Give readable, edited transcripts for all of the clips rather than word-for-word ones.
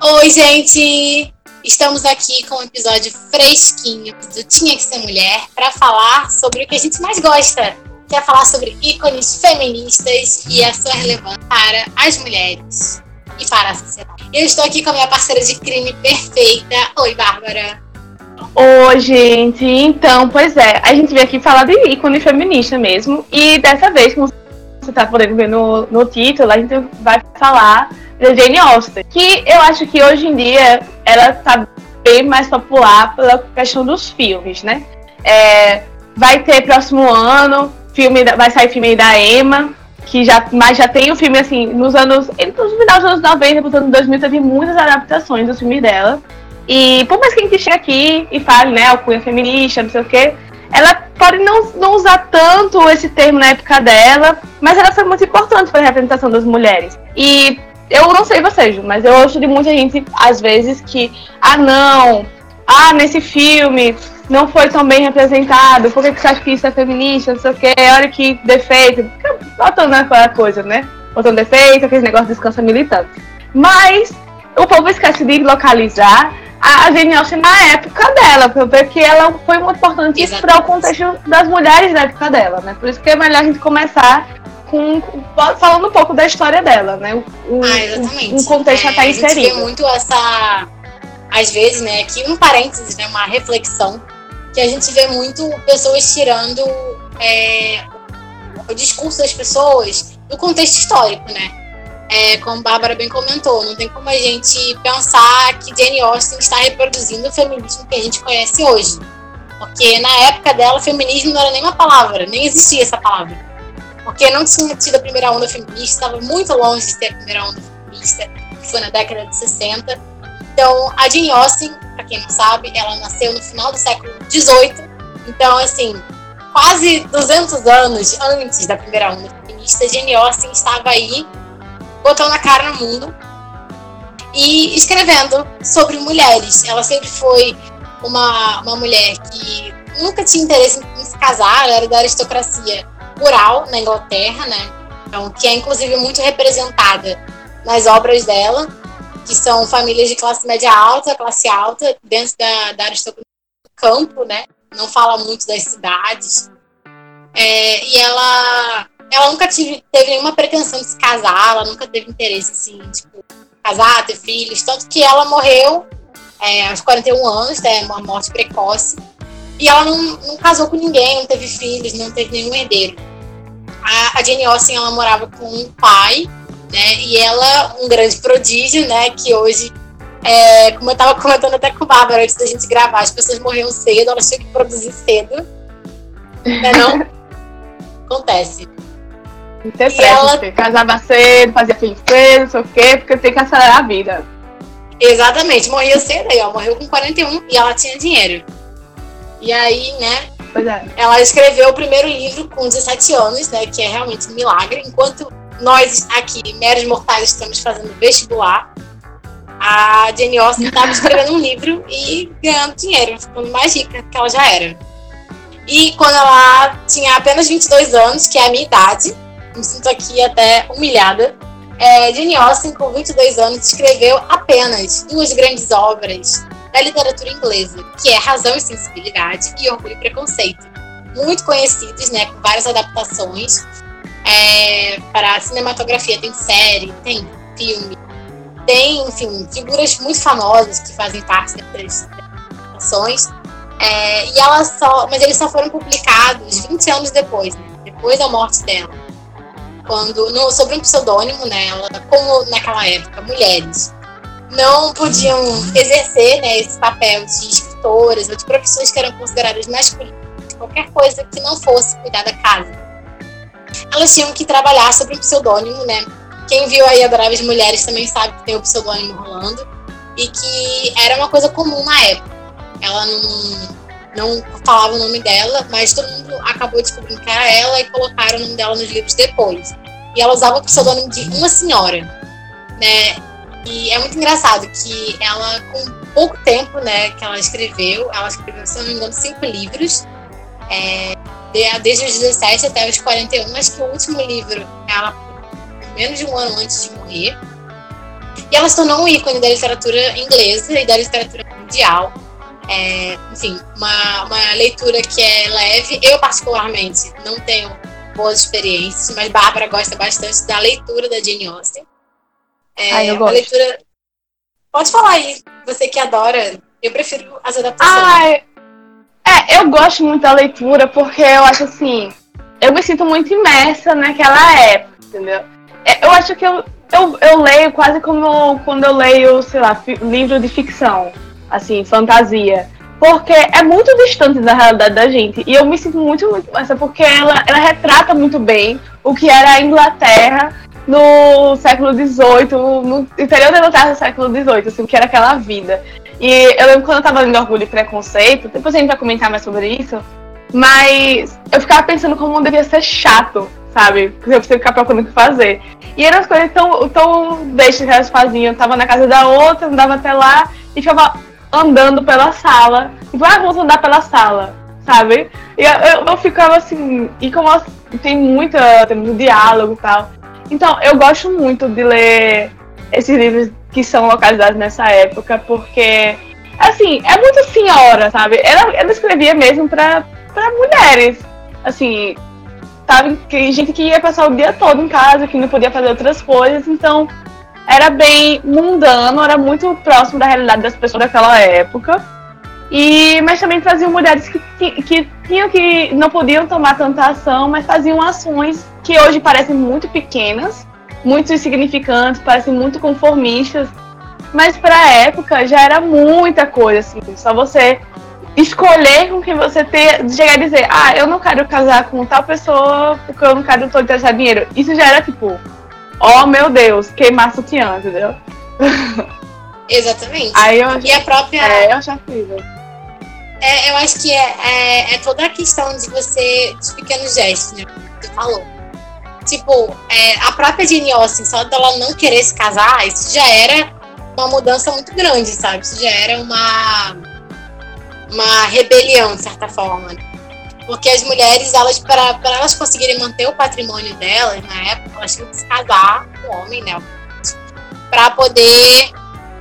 Oi, gente! Estamos aqui com um episódio fresquinho do Tinha Que Ser Mulher para falar sobre o que a gente mais gosta, que é falar sobre ícones feministas e a sua relevância para as mulheres e para a sociedade. Eu estou aqui com a minha parceira de crime perfeita. Oi, Bárbara! Oi, gente! Então, pois é, a gente veio aqui falar de ícone feminista mesmo, e dessa vez, como você está podendo ver no título, a gente vai falar da Jane Austen, que eu acho que hoje em dia ela está bem mais popular pela questão dos filmes, né? Vai ter próximo ano, vai sair filme aí da Emma, mas já tem o filme assim, no final dos anos 90, nos anos 2000, teve muitas adaptações do filme dela. E por mais que a gente chegue aqui e fale, né, alcunha feminista, não sei o quê, ela pode não usar tanto esse termo na época dela, mas ela foi muito importante para a representação das mulheres. E eu não sei vocês, mas eu ouço de muita gente, às vezes, que nesse filme não foi tão bem representado, por que você acha que isso é feminista, não sei o quê, olha que defeito, botando aquela coisa, né, botando defeito, aquele negócio de descanso militante. Mas o povo esquece de localizar a Jane Austen na época dela, porque ela foi muito importante para o contexto das mulheres da época dela, né? Por isso que é melhor a gente começar falando um pouco da história dela, né? Exatamente. Um contexto até inserido. A gente vê muito essa, às vezes, né, aqui um parênteses, né, uma reflexão, que a gente vê muito pessoas tirando o discurso das pessoas do contexto histórico, né? Como a Bárbara bem comentou, não tem como a gente pensar que Jane Austen está reproduzindo o feminismo que a gente conhece hoje. Porque na época dela, feminismo não era nem uma palavra, nem existia essa palavra. Porque não tinha tido a primeira onda feminista, estava muito longe de ter a primeira onda feminista, que foi na década de 60. Então, a Jane Austen, para quem não sabe, ela nasceu no final do século XVIII. Então, assim, quase 200 anos antes da primeira onda feminista, Jane Austen estava aí botando a cara no mundo e escrevendo sobre mulheres. Ela sempre foi uma mulher que nunca tinha interesse em se casar, ela era da aristocracia rural na Inglaterra, né? Então, que é inclusive muito representada nas obras dela, que são famílias de classe média alta, classe alta, dentro da aristocracia do campo, né? Não fala muito das cidades. E ela nunca teve nenhuma pretensão de se casar, ela nunca teve interesse, assim, tipo, casar, ter filhos, tanto que ela morreu aos 41 anos, né, uma morte precoce, e ela não casou com ninguém, não teve filhos, não teve nenhum herdeiro. A Jane Austen, ela morava com um pai, né, e ela, um grande prodígio, né, que hoje, como eu estava comentando até com o Bárbara antes da gente gravar, as pessoas morriam cedo, elas tinham que produzir cedo, né, não? Acontece. Ter pressa, casava cedo, fazia filho cedo, não sei o quê, porque tem que acelerar a vida. Exatamente, morria cedo aí, morreu com 41 e ela tinha dinheiro. E aí, né, ela escreveu o primeiro livro com 17 anos, né, que é realmente um milagre. Enquanto nós aqui, meros mortais, estamos fazendo vestibular, a Jane Austen estava escrevendo um livro e ganhando dinheiro, ficando mais rica que ela já era. E quando ela tinha apenas 22 anos, que é a minha idade, me sinto aqui até humilhada, Jane Austen, com 22 anos, escreveu apenas 2 grandes obras da literatura inglesa, que é Razão e Sensibilidade e Orgulho e Preconceito. Muito conhecidos, né, com várias adaptações para a cinematografia. Tem série, tem filme, tem, enfim, figuras muito famosas que fazem parte dessas adaptações. Mas eles só foram publicados 20 anos depois, né, depois da morte dela. Sob um pseudônimo, né, como naquela época, mulheres não podiam exercer, né, esse papel de escritoras ou de profissões que eram consideradas masculinas, qualquer coisa que não fosse cuidar da casa. Elas tinham que trabalhar sob um pseudônimo, né? Quem viu aí Adoráveis Mulheres também sabe que tem o pseudônimo rolando e que era uma coisa comum na época. Ela não falava o nome dela, mas todo mundo acabou descobrindo que era ela e colocaram o nome dela nos livros depois. E ela usava o pseudônimo de uma senhora, né? E é muito engraçado que ela, com pouco tempo, né, que ela escreveu, se não me engano, 5 livros, desde os 17 até os 41, mas que o último livro, ela, menos de um ano antes de morrer, E ela se tornou um ícone da literatura inglesa e da literatura mundial. Enfim, uma leitura que é leve. Eu, particularmente, não tenho boas experiências, mas Bárbara gosta bastante da leitura da Jane Austen. Eu uma gosto. leitura... Pode falar aí, você que adora. Eu prefiro as adaptações. Eu gosto muito da leitura porque eu acho assim, eu me sinto muito imersa naquela época, entendeu? Eu acho que eu leio quase como quando eu leio, sei lá, livro de ficção, assim, fantasia. Porque é muito distante da realidade da gente. E eu me sinto muito imersa porque ela retrata muito bem o que era a Inglaterra no século XVIII, no interior da Inglaterra do século XVIII, assim, o que era aquela vida. E eu lembro quando eu tava lendo Orgulho e Preconceito, depois a gente vai comentar mais sobre isso, mas eu ficava pensando como devia ser chato, sabe? Porque eu precisava ficar procurando o que fazer. E eram as coisas tão bestas que elas faziam. Eu tava na casa da outra, andava até lá e ficava andando pela sala. Tipo, vamos andar pela sala, sabe? E eu ficava assim, e como tem muito diálogo e tal. Então, eu gosto muito de ler esses livros que são localizados nessa época, porque, assim, é muito senhora, sabe? Ela escrevia mesmo pra mulheres, assim, sabe? Que gente que ia passar o dia todo em casa, que não podia fazer outras coisas, então era bem mundano, era muito próximo da realidade das pessoas daquela época. Mas também traziam mulheres que não podiam tomar tanta ação, mas faziam ações que hoje parecem muito pequenas, muito insignificantes, parecem muito conformistas, mas para a época já era muita coisa, assim, só você escolher com quem você chegar a dizer, eu não quero casar com tal pessoa porque eu não quero todo interessar dinheiro. Isso já era tipo, meu Deus, queimar sutiã, entendeu? Exatamente. E a própria... eu acho incrível. Eu acho que é toda a questão de dos pequenos gestos, né? Que você falou. Tipo, a própria Jane Austen, só dela não querer se casar, isso já era uma mudança muito grande, sabe? Isso já era uma rebelião, de certa forma, né? Porque as mulheres, para elas conseguirem manter o patrimônio delas, na época, elas tinham que se casar com o homem, né? Para poder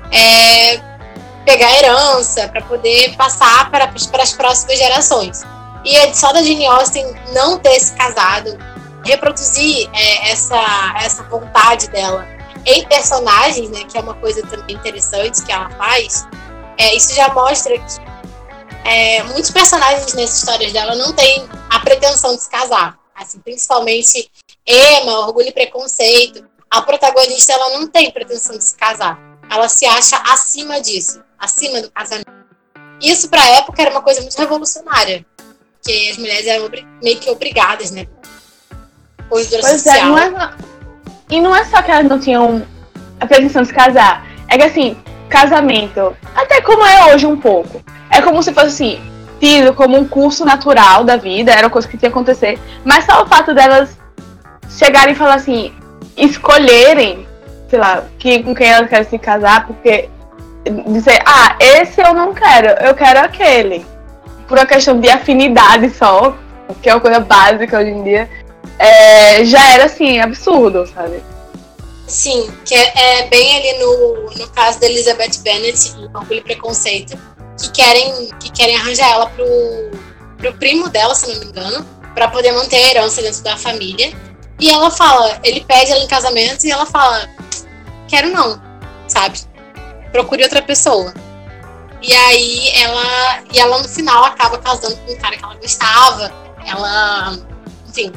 pegar herança, para poder passar para as próximas gerações. E só da Jane Austen não ter se casado, reproduzir essa vontade dela em personagens, né, que é uma coisa também interessante que ela faz, isso já mostra que muitos personagens nessas histórias dela não têm a pretensão de se casar. Assim, principalmente Emma, Orgulho e Preconceito. A protagonista, ela não tem pretensão de se casar. Ela se acha acima disso, acima do casamento. Isso, para a época, era uma coisa muito revolucionária, porque as mulheres eram meio que obrigadas, né? Pois social. Não é só que elas não tinham a pretensão de se casar. É que, assim, casamento, até como é hoje um pouco, é como se fosse, assim, tido como um curso natural da vida, era uma coisa que tinha que acontecer, mas só o fato delas chegarem e falar assim, escolherem, sei lá, com quem elas querem se casar, porque dizer, esse eu não quero, eu quero aquele. Por uma questão de afinidade só, que é uma coisa básica hoje em dia, já era assim, absurdo, sabe? Sim, que é bem ali no caso da Elizabeth Bennet em Orgulho e Preconceito, que querem arranjar ela pro primo dela, se não me engano, para poder manter a herança dentro da família. E ela fala, ele pede ela em casamento e ela fala, quero não, sabe? Procure outra pessoa. E aí ela no final acaba casando com um cara que ela gostava. Enfim,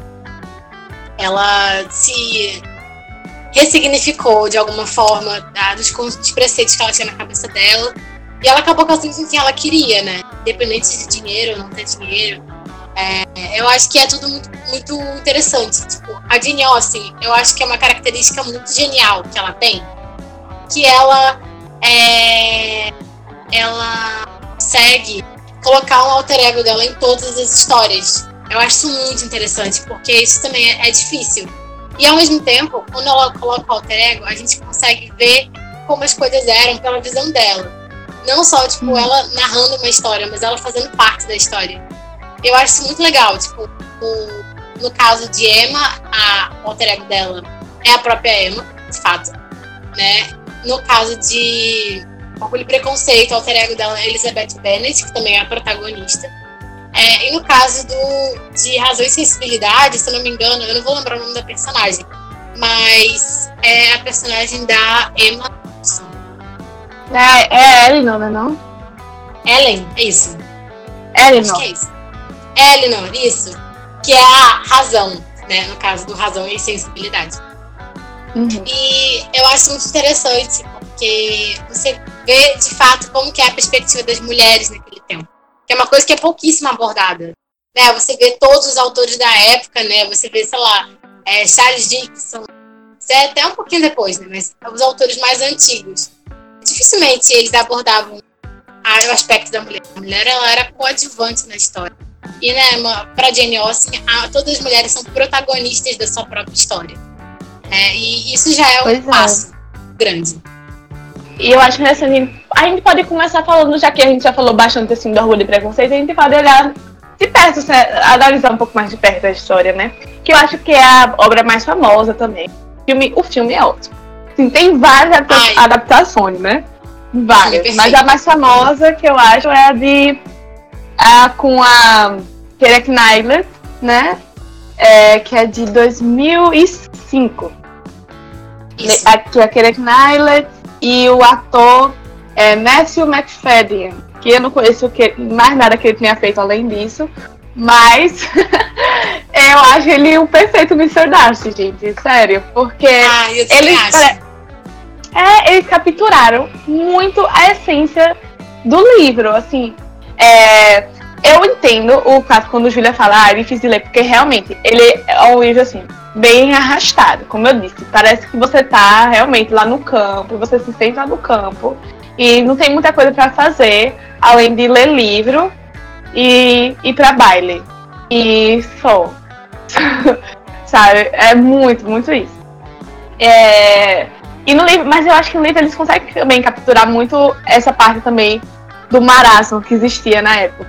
ela se ressignificou de alguma forma dos preceitos que ela tinha na cabeça dela. E ela acabou casando com quem ela queria, né? Independente de dinheiro ou não ter dinheiro. Eu acho que é tudo muito, muito interessante. Tipo, a Jane Austen, eu acho que é uma característica muito genial que ela tem. Que ela consegue colocar um alter ego dela em todas as histórias. Eu acho isso muito interessante, porque isso também é difícil. E ao mesmo tempo, quando ela coloca o alter ego, a gente consegue ver como as coisas eram pela visão dela. Não só, tipo, ela narrando uma história, mas ela fazendo parte da história. Eu acho isso muito legal. Tipo, no caso de Emma, o alter ego dela é a própria Emma, de fato, né? no caso de Orgulho e Preconceito, o alter ego dela é Elizabeth Bennet, que também é a protagonista. E no caso de Razão e Sensibilidade, se eu não me engano, eu não vou lembrar o nome da personagem, mas é a personagem da Emma Thompson. É Eleanor, não é não? Ellen, é isso. Eleanor. Acho que é isso. Eleanor, isso. Que é a razão, né? No caso do Razão e Sensibilidade. Uhum. E eu acho muito interessante, porque você vê, de fato, como que é a perspectiva das mulheres naquele tempo. Que é uma coisa que é pouquíssimo abordada. Né? Você vê todos os autores da época, né? Você vê, sei lá, Charles Dickens, até um pouquinho depois, né? Mas os autores mais antigos. Dificilmente eles abordavam o aspecto da mulher. A mulher, ela era coadjuvante na história. E, né, para Jane Austen, todas as mulheres são protagonistas da sua própria história. E isso já é um passo grande. E eu acho que assim, a gente pode começar falando, já que a gente já falou bastante assim, do Orgulho e Preconceito, a gente pode olhar de perto, analisar um pouco mais de perto a história, né? Que eu acho que é a obra mais famosa também. O filme é ótimo. Assim, tem várias adaptações, né? Várias. Mas a mais famosa que eu acho é com a Keira Knightley, né? Que é de 2005. Isso. Aqui a Keira Knightley e o ator Matthew McFadden, que eu não conheço mais nada que ele tenha feito além disso, mas eu acho ele um perfeito Mr. Darcy, gente, sério, porque eles capturaram muito a essência do livro, assim. Eu entendo o caso quando o Júlia fala, é difícil de ler, porque realmente ele é um livro assim, bem arrastado, como eu disse. Parece que você tá realmente lá no campo, você se sente lá no campo e não tem muita coisa pra fazer, além de ler livro e ir pra baile. E só. Sabe? É muito, muito isso. E no livro, mas eu acho que no livro eles conseguem também capturar muito essa parte também do marasmo que existia na época.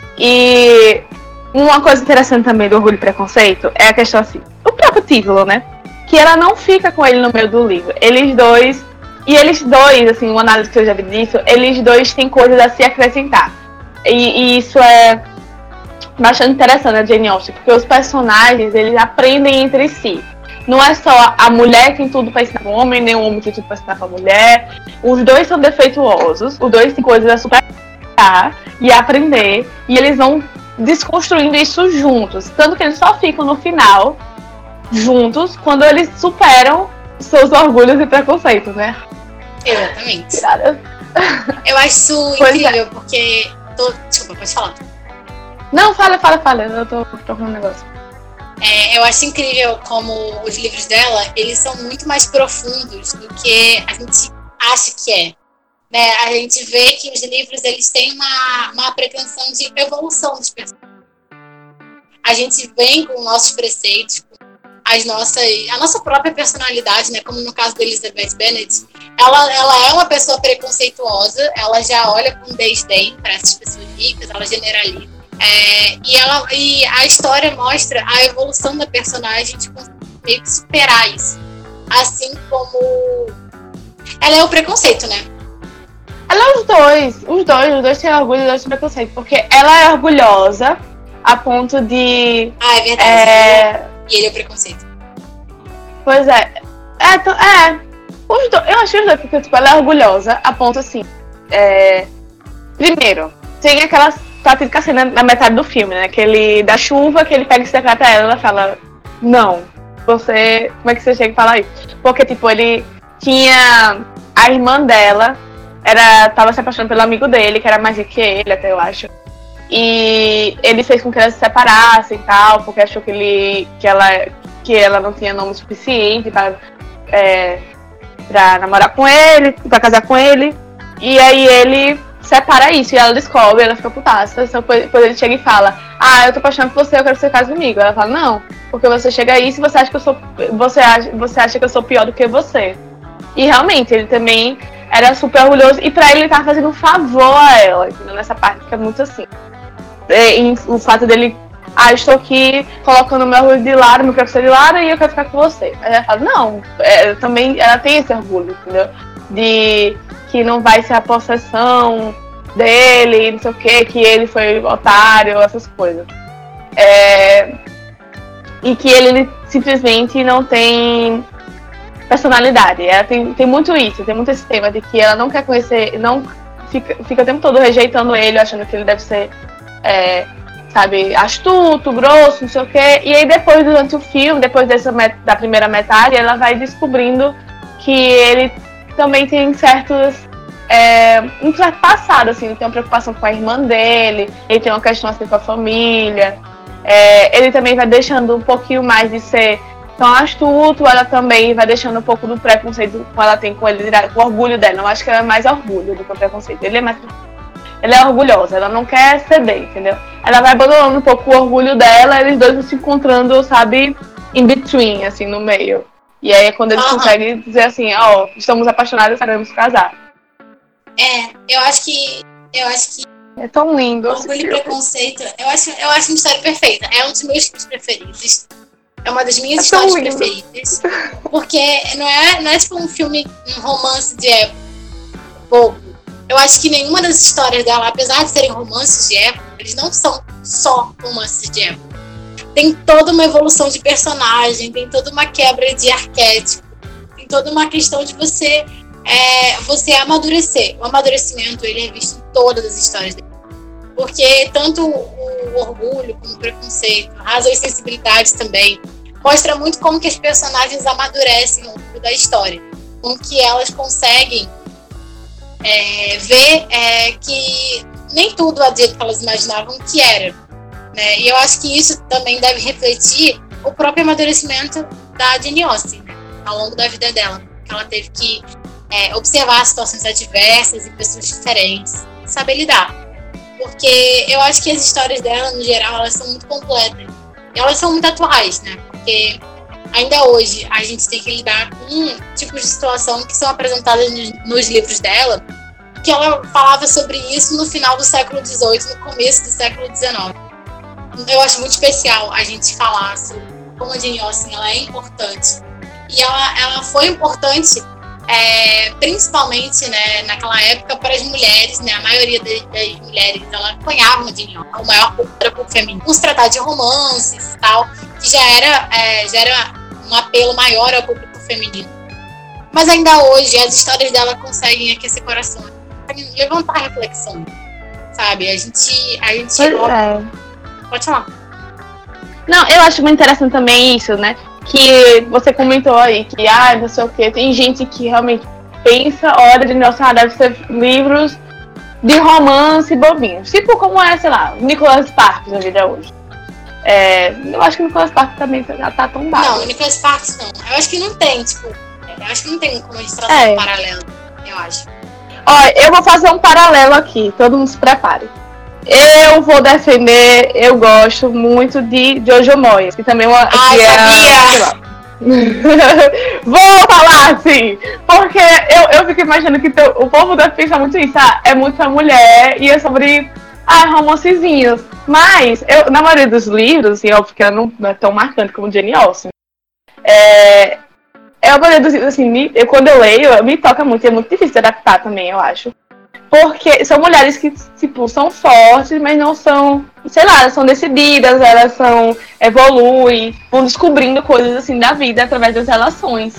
E uma coisa interessante também do Orgulho e Preconceito é a questão assim, o próprio título, né? Que ela não fica com ele no meio do livro. Eles dois, assim, uma análise que eu já vi disso, eles dois têm coisas a se acrescentar. E isso é bastante interessante na Jane Austen, porque os personagens, eles aprendem entre si. Não é só a mulher que tem tudo para ensinar para o homem, nem o homem que tem tudo para ensinar para a mulher. Os dois são defeituosos, os dois têm coisas a superar e aprender, e eles vão desconstruindo isso juntos. Tanto que eles só ficam no final juntos quando eles superam seus orgulhos e preconceitos, né? Exatamente. Eu acho isso incrível, porque... Desculpa, pode falar. Não, fala. Eu tô procurando um negócio. Eu acho incrível como os livros dela, eles são muito mais profundos do que a gente acha que é. Né? A gente vê que os livros, eles têm uma pretensão de evolução dos personagens. A gente vem com nossos preceitos, com a nossa própria personalidade, né? Como no caso da Elizabeth Bennet. Ela é uma pessoa preconceituosa, ela já olha com desdém para essas pessoas ricas, ela generaliza. E a história mostra a evolução da personagem de meio que superar isso. Assim como ela é o preconceito, né? Ela é os dois têm orgulho e os dois têm preconceito, porque ela é orgulhosa a ponto de... é verdade. E ele é o preconceito. Pois é. Os dois, eu acho os dois, porque tipo, ela é orgulhosa a ponto assim... Primeiro, tem aquela fatídica cena na metade do filme, né? Da chuva, que ele pega e se declara ela fala, não, você... Como é que você chega e fala isso? Porque, tipo, ele tinha... A irmã dela tava se apaixonando pelo amigo dele, que era mais rico que ele, até eu acho. E ele fez com que elas se separassem e tal, porque achou que ela não tinha nome suficiente pra namorar com ele, pra casar com ele. E aí ele separa isso, e ela descobre, ela fica putaça. Depois ele chega e fala, eu tô apaixonado por você, eu quero que você case comigo. Ela fala, não, porque você chega aí e você acha que você acha que eu sou pior do que você. E realmente, ele também era super orgulhoso, e pra ele tava fazendo um favor a ela, entendeu? Nessa parte fica muito assim. O fato dele, estou aqui colocando meu orgulho de lado, meu preconceito de lado, e eu quero ficar com você. Aí ela fala, não, também ela tem esse orgulho, entendeu? de que não vai ser a possessão dele, não sei o que ele foi otário, essas coisas. E que ele simplesmente não tem personalidade. Tem muito isso, tem muito esse tema de que ela não quer conhecer, não fica o tempo todo rejeitando ele, achando que ele deve ser, sabe, astuto, grosso, não sei o quê. E aí depois, durante o filme, depois da primeira metade, ela vai descobrindo que ele também tem certos um certo passado, assim, ele tem uma preocupação com a irmã dele, ele tem uma questão assim com a família, ele também vai deixando um pouquinho mais de ser tão astuto, ela também vai deixando um pouco do preconceito que ela tem com ele, com o orgulho dela. Eu acho que ela é mais orgulho do que o preconceito. Ela é orgulhosa, ela não quer ceder, entendeu? Ela vai abandonando um pouco o orgulho dela, eles dois vão se encontrando, sabe, in between, assim, no meio. E aí é quando eles conseguem dizer assim, estamos apaixonados e queremos casar. Eu acho que é tão lindo. Orgulho e Preconceito, eu acho uma história perfeita. É um dos meus filmes preferidos. É uma das minhas histórias preferidas. Porque não é tipo um romance de época bobo. Eu acho que nenhuma das histórias dela, apesar de serem romances de época, eles não são só romances de época. Tem toda uma evolução de personagem, tem toda uma quebra de arquétipo, tem toda uma questão de você amadurecer. O amadurecimento, ele é visto em todas as histórias dele. Porque tanto o orgulho como o preconceito, a razão e sensibilidade também, mostra muito como que as personagens amadurecem ao longo da história. Como que elas conseguem ver que nem tudo é do jeito que elas imaginavam que era. Né? E eu acho que isso também deve refletir o próprio amadurecimento da Jane Austen, né? Ao longo da vida dela. Que ela teve que observar situações adversas e pessoas diferentes, saber lidar. Porque eu acho que as histórias dela, no geral, elas são muito completas. E elas são muito atuais, né? Porque ainda hoje a gente tem que lidar com tipos de situação que são apresentadas nos livros dela, que ela falava sobre isso no final do século XVIII, no começo do século XIX. Eu acho muito especial a gente falar sobre como a Jane Austen ela é importante. E ela foi importante principalmente, né, naquela época para as mulheres, né, a maioria das mulheres ela acompanhavam a Jane Austen, o maior público era público feminino, os tratados de romances e tal, que já era um apelo maior ao público feminino. Mas ainda hoje as histórias dela conseguem aquecer corações, conseguem levantar a reflexão, sabe? A gente Pode falar. Não, eu acho muito interessante também isso, né? Que você comentou aí, que não sei o quê, tem gente que realmente pensa, olha, de nossa, deve ser livros de romance bobinhos. Tipo como sei lá, Nicholas Sparks da vida hoje. Eu acho que o Nicholas Sparks também já tá tombado. Não, o Nicholas Sparks não. Eu acho que não tem, eu acho que não tem como a gente traçar um paralelo, eu acho. Olha, eu vou fazer um paralelo aqui, todo mundo se prepare. Eu vou defender, eu gosto muito de Jojo Moyes, que também sabia! Vou falar assim, porque eu fico imaginando que o povo deve pensar muito isso, é muita mulher e é sobre romancezinhos. Mas, na maioria dos livros, e óbvio que ela não é tão marcante como Jane Austen, a maioria dos livros, assim, quando eu leio, me toca muito, e é muito difícil de adaptar também, eu acho. Porque são mulheres que, tipo, são fortes, mas não são, sei lá, elas são decididas, elas evoluem, vão descobrindo coisas, assim, da vida através das relações.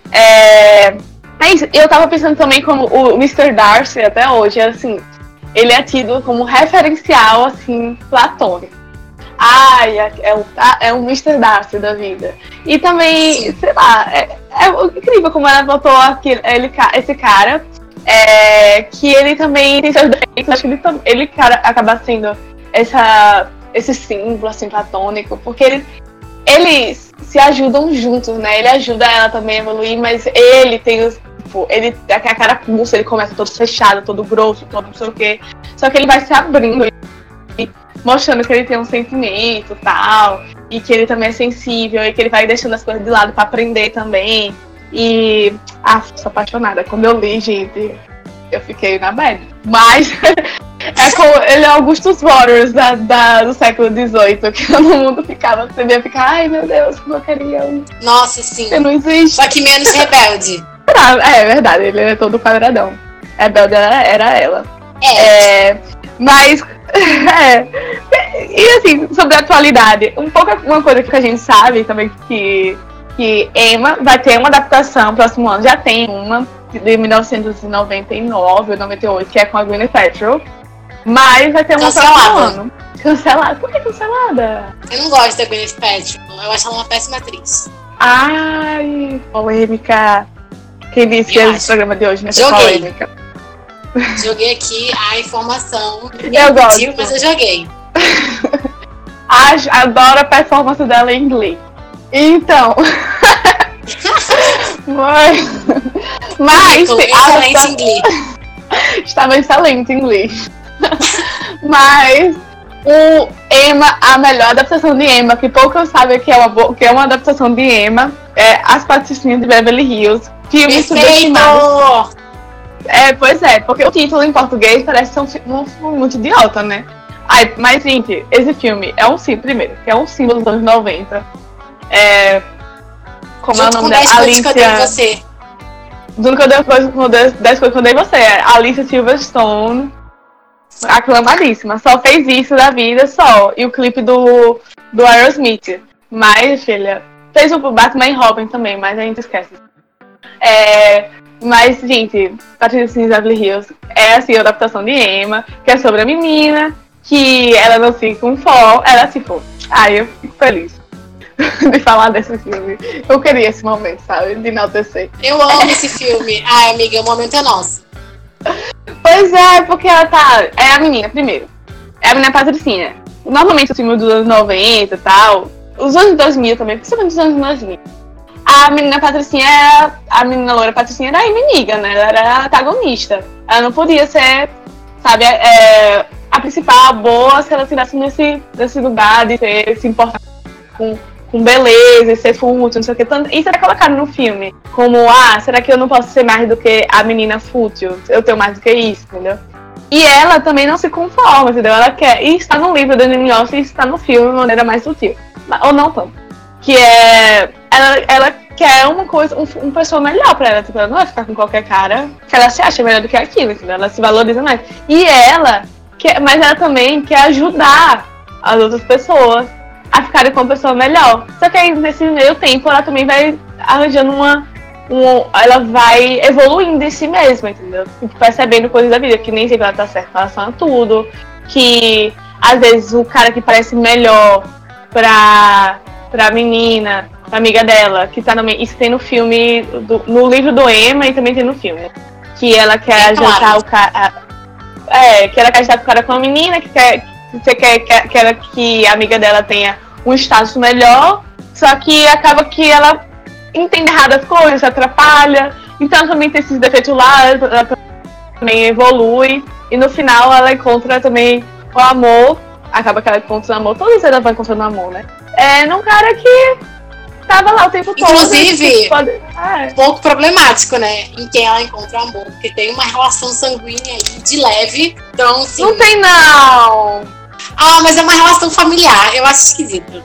Isso. Eu tava pensando também como o Mr. Darcy, até hoje, assim, ele é tido como referencial, assim, platônico. É o Mr. Darcy da vida. E também, sei lá, é incrível como ela botou esse cara... que ele também tem seus defeitos, acho que ele acaba sendo esse símbolo assim, platônico, porque eles se ajudam juntos, né? Ele ajuda ela também a evoluir, mas ele tem ele tem a cara pulsa, ele começa todo fechado, todo grosso, todo não sei o quê, só que ele vai se abrindo, mostrando que ele tem um sentimento e tal, e que ele também é sensível, e que ele vai deixando as coisas de lado pra aprender também. E sou apaixonada. Quando eu li, gente, eu fiquei na bad. Mas ele é Augustus Waters do século XVIII, que todo mundo ficava, você ia ficar, ai meu Deus, como eu queria. Nossa, sim. Você não existe. Só que menos rebelde. É verdade, ele é todo quadradão. A rebelde era ela. Mas, e assim, sobre a atualidade, uma coisa que a gente sabe também que Emma vai ter uma adaptação próximo ano, já tem uma, de 1999 ou 98, que é com a Gwyneth Paltrow, mas vai ter uma próximo ano. Cancelada? Por que cancelada? Eu não gosto da Gwyneth Paltrow, eu acho ela uma péssima atriz. Ai, polêmica. Quem disse que esse programa de hoje não é polêmica? Joguei aqui a informação. Eu gosto. Mas eu joguei. Adoro a performance dela em Glee. Então. mas excelente em Glee. Estava excelente em Glee. Mas o Emma, a melhor adaptação de Emma, que poucos sabem que é uma adaptação de Emma, é As Patricinhas de Beverly Hills. Filme subestimado. Pois é, porque o título em português parece ser um filme muito idiota, né? Mas, gente, esse filme é um símbolo, primeiro, que é um símbolo dos anos 90. Como é o nome dela? Alicia... você. Junto com 10 coisas que eu dei você. Alicia Silverstone, aclamadíssima. Só fez isso da vida, só. E o clipe do Aerosmith. Mas, filha, fez o Batman e Robin também, mas a gente esquece. Mas, gente, Patricinha de Beverly Hills é assim, a adaptação de Emma, que é sobre a menina, que ela não se conforma, ela se for. Eu fico feliz de falar desse filme. Eu queria esse momento, sabe? De enaltecer. Eu amo esse filme. Amiga, o momento é nosso. Pois é, porque ela tá... É a menina, primeiro. É a menina Patricinha. Normalmente os filmes dos anos 90 e tal, os anos 2000 também, principalmente os anos 2000. A menina Patricinha, a menina loira Patricinha era a inimiga, né? Ela era a antagonista. Ela não podia ser, sabe, a principal, boa, se ela estivesse nesse lugar de se importar com beleza, ser fútil, não sei o que. Isso era colocado no filme. Como, será que eu não posso ser mais do que a menina fútil? Eu tenho mais do que isso, entendeu? E ela também não se conforma, entendeu? Ela quer, e está no livro da Jane Austen, e está no filme de maneira mais sutil. Ou não tanto. Que é... Ela quer uma coisa, uma pessoa melhor pra ela. Tipo, ela não vai ficar com qualquer cara que ela se acha melhor do que aquilo, entendeu? Ela se valoriza mais. E mas ela também quer ajudar as outras pessoas a ficarem com uma pessoa melhor. Só que aí, nesse meio tempo, ela também vai arranjando ela vai evoluindo em si mesma, entendeu? Percebendo coisas da vida, que nem sempre ela tá certa em relação a tudo. Que, às vezes, o cara que parece melhor pra menina, a amiga dela, que tá isso tem no filme, no livro do Emma e também tem no filme. Que ela quer jantar o cara. Que ela quer jantar o cara com a menina, que quer que a amiga dela tenha um status melhor, só que acaba que ela entende errado as coisas, se atrapalha. Então também tem esses defeitos lá, ela também evolui. E no final ela encontra também o amor. Acaba que ela encontra o amor, todas elas vão encontrando amor, né? Num cara que tava lá o tempo todo. Inclusive, um pouco problemático, né? Em quem ela encontra o amor. Porque tem uma relação sanguínea aí, de leve. Então, assim... Não tem, não! Mas é uma relação familiar. Eu acho esquisito.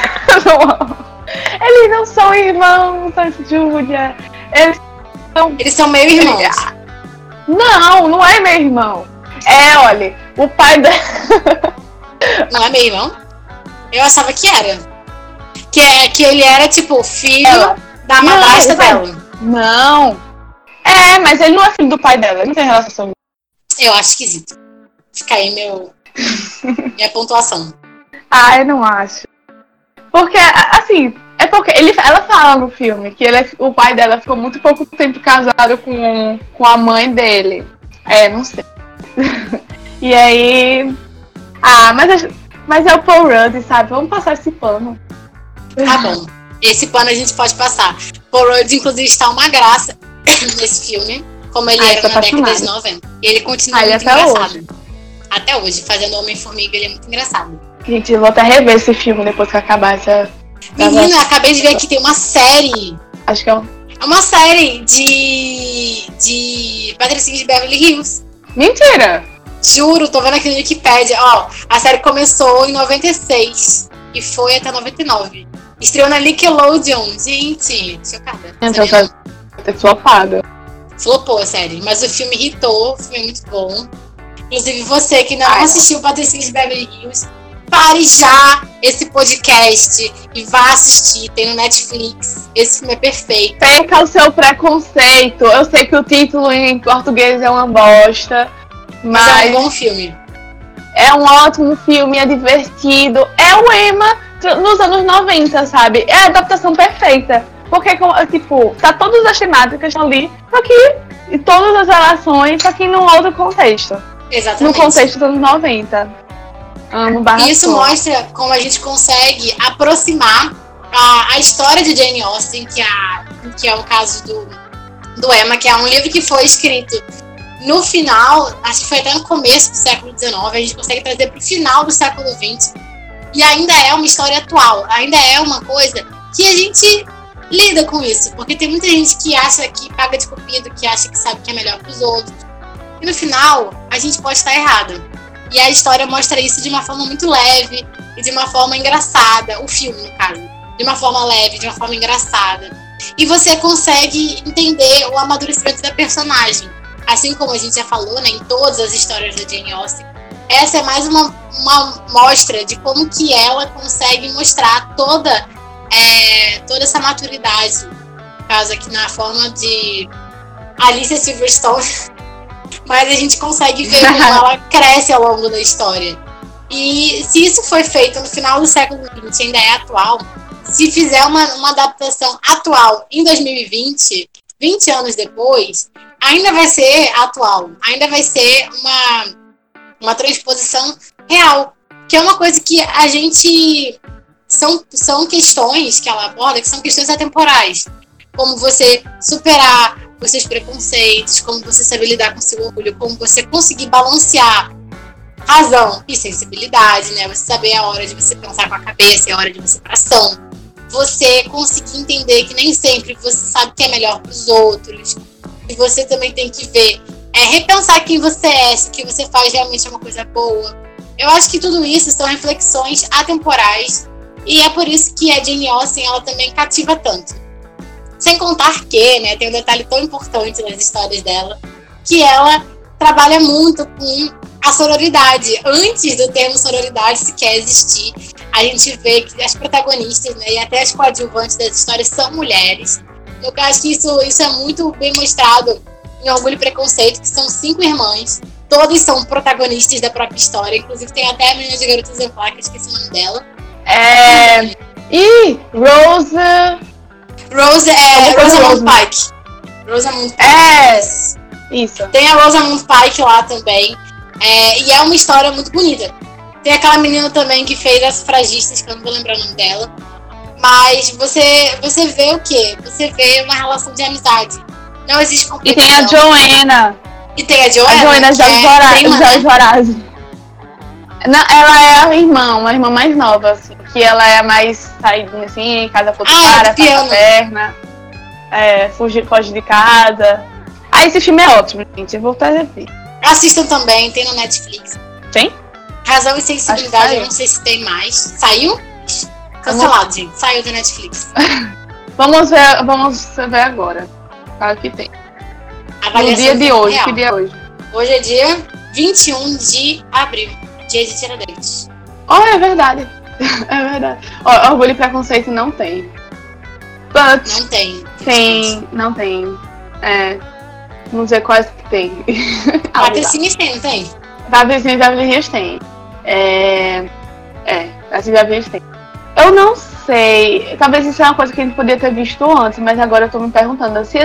Eles não são irmãos, Júlia. Eles são meio irmãos. Não é meu irmão. Olha, o pai dela... Não é meu irmão? Eu achava que era. Que ele era, tipo, filho da madrasta dela. Não. Mas ele não é filho do pai dela. Ele não tem relação. Eu acho esquisito. Fica aí minha pontuação. Eu não acho. Porque, assim, porque ela fala no filme que o pai dela ficou muito pouco tempo casado com a mãe dele. Não sei. E aí... mas é o Paul Rudd, sabe? Vamos passar esse pano. Tá bom. Esse pano a gente pode passar. Paul Rudd, inclusive, está uma graça nesse filme, como ele era na década de 90. E ele continua muito engraçado. Hoje. Até hoje, fazendo Homem-Formiga, ele é muito engraçado. Gente, eu vou até rever esse filme depois que acabar essa... Menina, acabei de ver que tem uma série. Acho que é uma série de Patricinha de Beverly Hills. Mentira! Juro, tô vendo aqui no Wikipedia. A série começou em 96 e foi até 99. Estreou na Nickelodeon. Gente, chocada. Então, tá flopado. Flopou a série, mas o filme irritou, o filme é muito bom. Inclusive, você que não assistiu Patricinha de Beverly Hills, pare já esse podcast e vá assistir, tem no Netflix. Esse filme é perfeito. Perca o seu preconceito. Eu sei que o título em português é uma bosta, mas é um bom filme. É um ótimo filme, é divertido. É o Emma nos anos 90, sabe? É a adaptação perfeita. Porque, tipo, tá todas as temáticas ali, só que e todas as relações, só que num outro contexto. Exatamente. No contexto dos anos 90. Amo Barra Isso mostra como a gente consegue aproximar a história de Jane Austen, que é o caso do Emma, que é um livro que foi escrito no final, acho que foi até no começo do século XIX, a gente consegue trazer para o final do século XX, e ainda é uma história atual, ainda é uma coisa que a gente lida com isso, porque tem muita gente que acha que paga de cupido, que acha que sabe que é melhor para os outros, e no final a gente pode estar errado. E a história mostra isso de uma forma muito leve e de uma forma engraçada, o filme, no caso, de uma forma leve, de uma forma engraçada. E você consegue entender o amadurecimento da personagem. Assim como a gente já falou, né, em todas as histórias da Jane Austen, essa é mais uma mostra de como que ela consegue mostrar toda essa maturidade, no caso aqui na forma de Alicia Silverstone, mas a gente consegue ver como ela cresce ao longo da história. E se isso foi feito no final do século XX e ainda é atual, se fizer uma adaptação atual em 2020, 20 anos depois, ainda vai ser atual, ainda vai ser uma transposição real, que é uma coisa que a gente... São questões que ela aborda, que são questões atemporais, como você superar os seus preconceitos, como você saber lidar com seu orgulho, como você conseguir balancear razão e sensibilidade, né? Você saber a hora de você pensar com a cabeça e a hora de você ir pra ação. Você conseguir entender que nem sempre você sabe o que é melhor para os outros. E você também tem que ver, repensar quem você é, se o que você faz realmente é uma coisa boa. Eu acho que tudo isso são reflexões atemporais e é por isso que a Jane Austen, ela também cativa tanto. Sem contar que, né, tem um detalhe tão importante nas histórias dela, que ela trabalha muito com a sororidade. Antes do termo sororidade sequer existir, a gente vê que as protagonistas, né, e até as coadjuvantes das histórias são mulheres. Eu acho que isso é muito bem mostrado em Orgulho e Preconceito, que são 5 irmãs. Todas são protagonistas da própria história. Inclusive tem até a menina de Garota Exemplar, que eu esqueci o nome dela. Rose é Rosamund Pike. Rosamund Pike. Isso. Tem a Rosamund Pike lá também. E é uma história muito bonita. Tem aquela menina também que fez as Sufragistas, que eu não vou lembrar o nome dela. Mas você vê o quê? Você vê uma relação de amizade. Não existe competição. E tem a Joanna. E tem a Joanna. A Joanna Jorge Horácio. Ela é a irmã, uma irmã mais nova, assim. Que ela é a mais saída, assim, casa com o cara, passa a perna. Foge de casa. Esse filme é ótimo, gente. Eu vou trazer aqui. Assistam também, tem no Netflix. Tem? Razão e Sensibilidade, eu não sei se tem mais. Saiu? Cancelado, gente. Saiu do Netflix. Vamos ver agora. Claro que tem. No dia de hoje. Que dia é hoje? Hoje é dia 21 de abril. Dia de Tiradentes. É verdade. É verdade. Orgulho e Preconceito não tem. Não tem. Não tem. Não sei quais que tem. Patricinhas tem, não tem? Patricinhas e Beverly Hills tem. Patricinhas e Beverly Hills tem. Eu não sei. Talvez isso é uma coisa que a gente podia ter visto antes, mas agora eu tô me perguntando se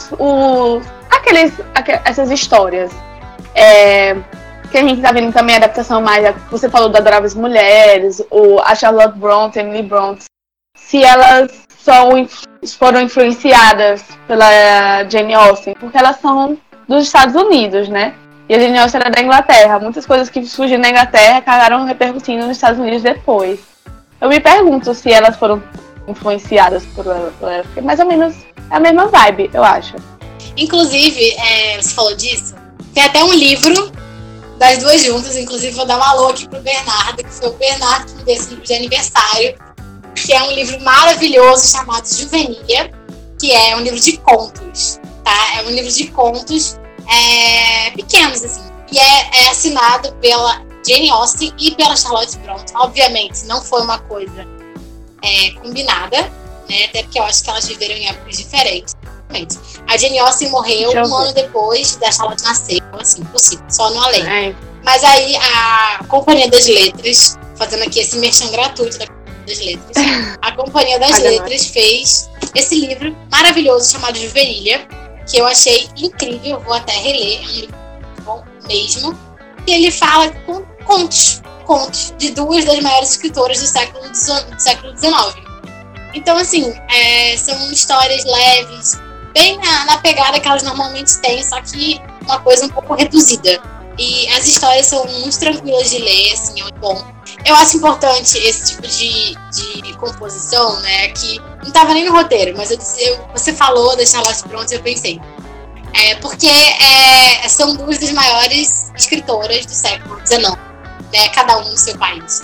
essas histórias que a gente tá vendo também a adaptação mais, você falou da Adoráveis Mulheres, a Charlotte Brontë, Emily Brontë, se elas foram influenciadas pela Jane Austen, porque elas são dos Estados Unidos, né? E a Jane Austen era da Inglaterra. Muitas coisas que surgiram na Inglaterra acabaram repercutindo nos Estados Unidos depois. Eu me pergunto se elas foram influenciadas por ela, porque mais ou menos é a mesma vibe, eu acho. Inclusive, você falou disso, tem até um livro das duas juntas, inclusive vou dar um alô aqui pro Bernardo, que foi o Bernardo que me deu esse livro de aniversário, que é um livro maravilhoso chamado Juvenia, que é um livro de contos, tá? É um livro de contos pequenos, assim. E é assinado pela Jane Austen e pela Charlotte Brontë. Obviamente, não foi uma coisa combinada, né? Até porque eu acho que elas viveram em épocas diferentes. A Jane Austen morreu um ano depois da Charlotte nascer. Então, assim, impossível, só no além. Mas aí a Companhia das Letras, fazendo aqui esse merchan gratuito da Companhia das Letras, a Companhia das Letras fez esse livro maravilhoso chamado Juvenília, que eu achei incrível, vou até reler, é um livro muito bom mesmo. E ele fala com contos de duas das maiores escritoras do século XIX. Então, assim, são histórias leves, bem na pegada que elas normalmente têm, só que uma coisa um pouco reduzida. E as histórias são muito tranquilas de ler, assim, é muito bom. Eu acho importante esse tipo de composição, né, que não estava nem no roteiro, mas você falou da Charlotte Brontë e eu pensei. Porque são duas das maiores escritoras do século XIX, né, cada um no seu país.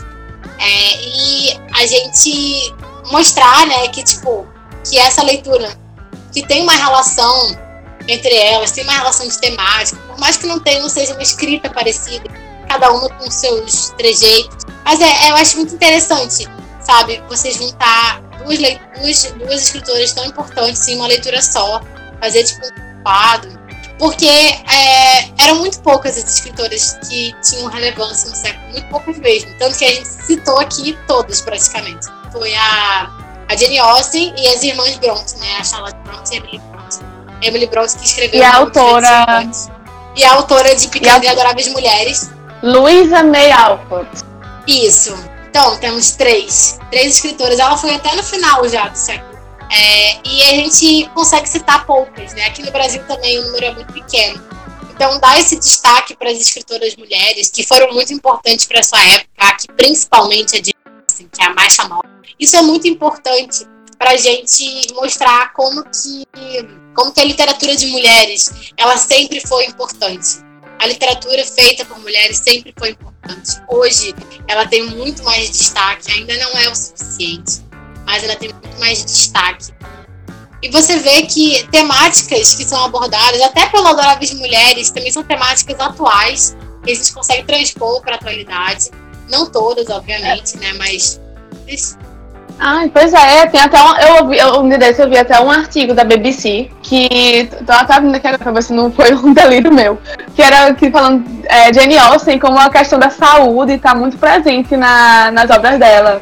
E a gente mostrar, né, que essa leitura, que tem uma relação entre elas, tem uma relação de temática, por mais que não seja uma escrita parecida, cada uma com seus trejeitos. Mas eu acho muito interessante, sabe, você juntar duas escritoras tão importantes em uma leitura só, fazer um quadro, porque eram muito poucas as escritoras que tinham relevância no século, muito poucas mesmo, tanto que a gente citou aqui todas praticamente. Foi a Jane Austen e as irmãs Brontë, né, a Charlotte Brontë e a Emily Brontë. Emily Brontë, que escreveu e a autora de Pequenas e Adoráveis Mulheres, Louisa May Alcott. Isso. Então, temos três escritoras. Ela foi até no final já do século. E a gente consegue citar poucas, né? Aqui no Brasil também o número é muito pequeno. Então, dá esse destaque para as escritoras mulheres, que foram muito importantes para essa época, aqui, principalmente a Jane Austen, que é a mais famosa. Isso é muito importante para a gente mostrar como que a literatura de mulheres, ela sempre foi importante. A literatura feita por mulheres sempre foi importante. Hoje, ela tem muito mais destaque, ainda não é o suficiente, mas ela tem muito mais destaque. E você vê que temáticas que são abordadas, até pelo Adoráveis Mulheres, também são temáticas atuais, que a gente consegue transpor para a atualidade. Não todas, obviamente, né, mas... Pois tem até eu vi até um artigo da BBC que tá vindo aqui agora pra ver se não foi um delírio meu, que era falando Jane Austen como a questão da saúde tá muito presente nas obras dela.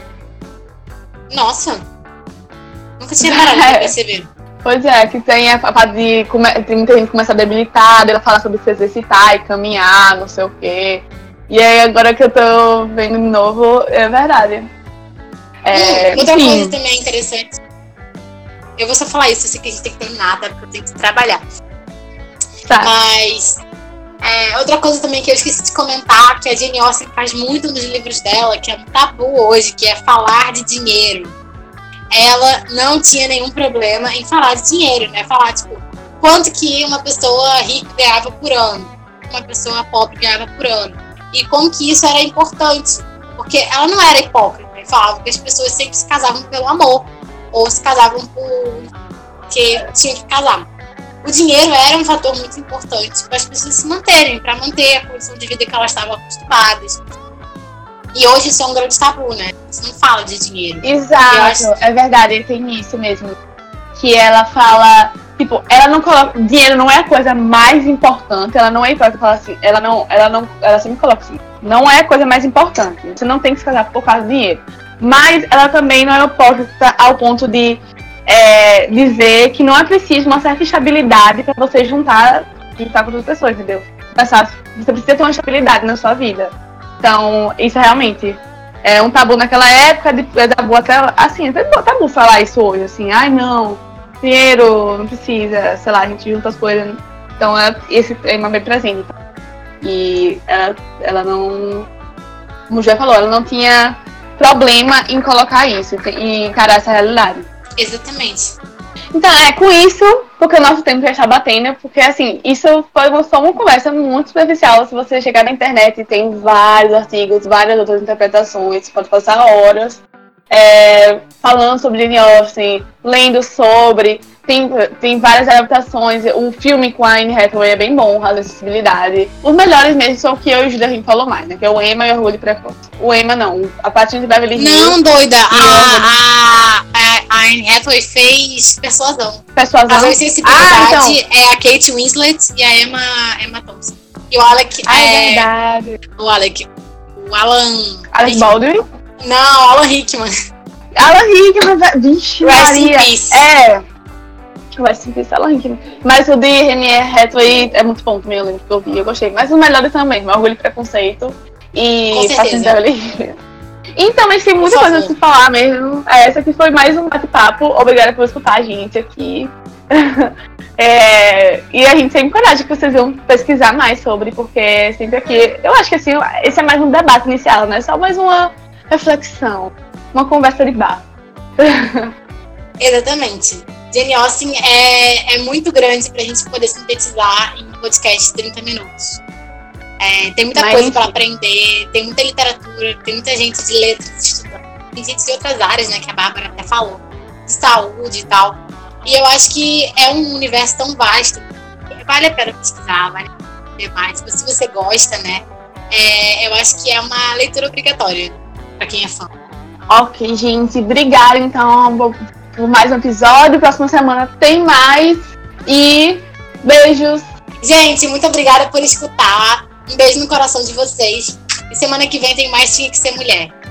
Nossa, nunca tinha parado pra perceber. Pois que tem a parte tem muita gente que começa debilitada, ela fala sobre se exercitar e caminhar, não sei o quê. E aí agora que eu tô vendo de novo, é verdade. Outra coisa também interessante. Eu vou só falar isso, eu sei que a gente tem que terminar, tá? Porque eu tenho que trabalhar. Tá. Mas outra coisa também que eu esqueci de comentar, que a Jane Austen faz muito nos livros dela, que é um tabu hoje, que é falar de dinheiro. Ela não tinha nenhum problema em falar de dinheiro, né? Falar, quanto que uma pessoa rica ganhava por ano, uma pessoa pobre ganhava por ano. E como que isso era importante. Porque ela não era hipócrita. Falava que as pessoas sempre se casavam pelo amor, ou se casavam porque tinha que casar. O dinheiro era um fator muito importante para as pessoas se manterem, para manter a condição de vida que elas estavam acostumadas. E hoje isso é um grande tabu, né? Você não fala de dinheiro. Exato, é verdade, tem isso mesmo. Que ela fala, ela não coloca. Dinheiro não é a coisa mais importante, ela não é hipócrita, fala assim, ela sempre coloca assim. Não é a coisa mais importante. Você não tem que se casar por causa do dinheiro. Mas ela também não é hipócrita ao ponto de dizer que não é preciso uma certa estabilidade para você juntar com outras pessoas, entendeu? Você precisa ter uma estabilidade na sua vida. Então, isso realmente é um tabu naquela época, é tabu até assim, até tabu falar isso hoje, assim, não, dinheiro não precisa, sei lá, a gente junta as coisas. Então, esse tema é bem presente. E ela não, como o Jé falou, ela não tinha problema em colocar isso, em encarar essa realidade. Exatamente. Então, com isso, porque o nosso tempo já está batendo, porque assim, isso foi só uma conversa muito superficial. Se você chegar na internet, tem vários artigos, várias outras interpretações, você pode passar horas falando sobre Jane Austen, lendo sobre, Tem várias adaptações. O filme com a Anne Hathaway é bem bom, a acessibilidade. Os melhores mesmo são o que eu e o Julia falou mais, né? Que é o Emma e o Orgulho e Preconceito. O Emma não, a Patinha de Beverly Hills. Não, doida. A Anne Hathaway fez Persuasão. Persuasão? A Sensibilidade é a Kate Winslet e a Emma Thompson. E o Alec é verdade. O Alan... Alec Baldwin? Não, Alan Rickman. Alan Rickman, vixe, Maria. É. Rest in Peace, Alan Rickman. Mas o de Anne Hathaway é muito bom também, eu lembro que eu vi, eu gostei. Mas os melhores também, Orgulho e Preconceito e Patinha de Beverly Hills. Então, mas tem muita coisa a se falar mesmo. Essa aqui foi mais um bate-papo. Obrigada por escutar a gente aqui. E a gente tem coragem que vocês vão pesquisar mais sobre, porque sempre aqui... Eu acho que assim, esse é mais um debate inicial, né? Só mais uma reflexão, uma conversa de bar. Exatamente. Jane Austen é muito grande pra gente poder sintetizar em um podcast de 30 minutos. Tem muita coisa para aprender, tem muita literatura, tem muita gente de letras estudando, tem gente de outras áreas, né, que a Bárbara até falou, de saúde e tal. E eu acho que é um universo tão vasto, vale a pena pesquisar, vale a pena ver mais. Se você gosta, né, eu acho que é uma leitura obrigatória para quem é fã. Ok, gente, obrigada então por mais um episódio. Próxima semana tem mais e beijos. Gente, muito obrigada por escutar. Um beijo no coração de vocês. E semana que vem tem mais Tinha Que Ser Mulher.